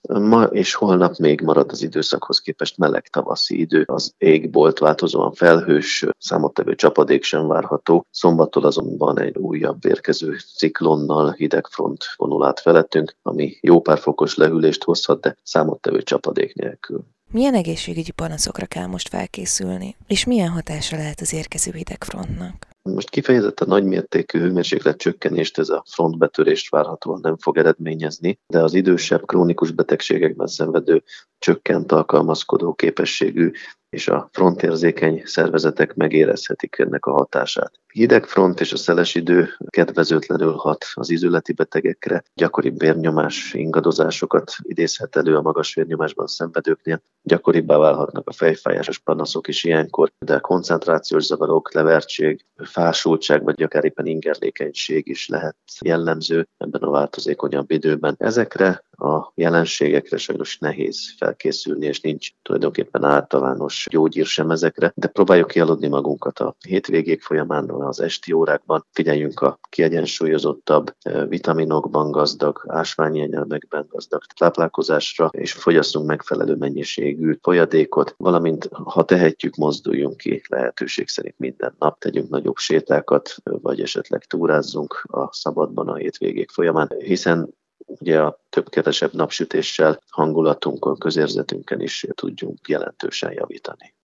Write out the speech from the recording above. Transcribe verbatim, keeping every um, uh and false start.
Ma és holnap még marad az időszakhoz képest meleg tavaszi idő. Az égbolt változóan felhős, számottevő csapadék sem várható. Szombattól azonban egy újabb érkező ciklonnal hideg front vonul át felettünk, ami jó pár fokos lehűlést hozhat, de számottevő csapadék nélkül. Milyen egészségügyi panaszokra kell most felkészülni, és milyen hatása lehet az érkező hidegfrontnak? Most kifejezetten nagymértékű hőmérséklet csökkenést ez a frontbetörést várhatóan nem fog eredményezni, de az idősebb, krónikus betegségekben szenvedő, csökkent alkalmazkodó képességű és a frontérzékeny szervezetek megérezhetik ennek a hatását. Hideg front és a szeles idő kedvezőtlenül hat az ízületi betegekre, gyakoribb vérnyomás ingadozásokat idézhet elő a magas vérnyomásban szenvedőknél, gyakoribbá válhatnak a fejfájásos panaszok is ilyenkor, de koncentrációs zavarok, levertség, fásultság vagy akár éppen ingerlékenység is lehet jellemző ebben a változékonyabb időben. Ezekre a jelenségekre sajnos nehéz felkészülni, és nincs tulajdonképpen általános gyógyír sem ezekre, de próbáljuk kialudni magunkat a hétvégék folyamán, az esti órákban. Figyeljünk a kiegyensúlyozottabb, vitaminokban gazdag, ásványi anyagokban gazdag táplálkozásra, és fogyasszunk megfelelő mennyiségű folyadékot, valamint ha tehetjük, mozduljunk ki lehetőség szerint minden nap, tegyünk nagyobb sétákat, vagy esetleg túrázzunk a szabadban a hétvégék folyamán, hiszen ugye a több-kevesebb napsütéssel hangulatunkon, közérzetünkön is tudjunk jelentősen javítani.